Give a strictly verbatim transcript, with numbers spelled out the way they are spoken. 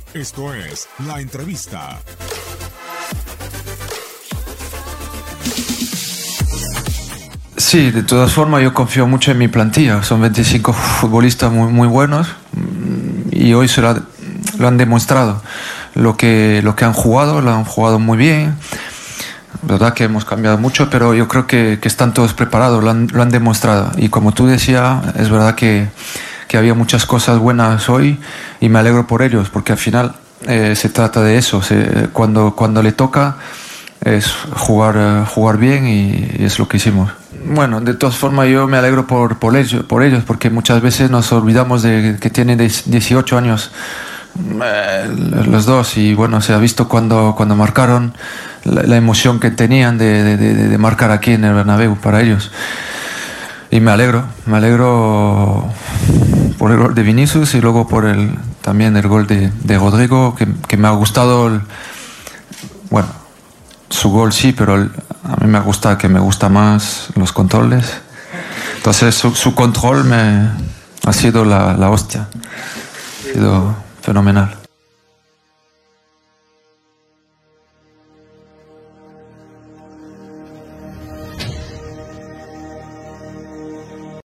Esto es La Entrevista. Sí, de todas formas yo confío mucho en mi plantilla. Son veinticinco futbolistas muy, muy buenos y hoy se lo, ha, lo han demostrado. Lo que, lo que han jugado, lo han jugado muy bien. Verdad que hemos cambiado mucho, pero yo creo que, que están todos preparados, lo han, lo han demostrado. Y como tú decías, es verdad que, que había muchas cosas buenas hoy y me alegro por ellos, porque al final eh, se trata de eso. Se, cuando, cuando le toca es jugar, uh, jugar bien y, y es lo que hicimos. Bueno, de todas formas yo me alegro por, por, ellos, por ellos, porque muchas veces nos olvidamos de que tienen dieciocho años eh, los dos, y bueno, se ha visto cuando, cuando marcaron la, la emoción que tenían de, de, de, de marcar aquí en el Bernabéu para ellos. Y me alegro, me alegro por el gol de Vinicius y luego por el, también el gol de, de Rodrigo, que, que me ha gustado el, bueno, su gol sí, pero el, a mí me gusta que me gusta más los controles. Entonces su, su control me ha sido la, la hostia, ha sido fenomenal.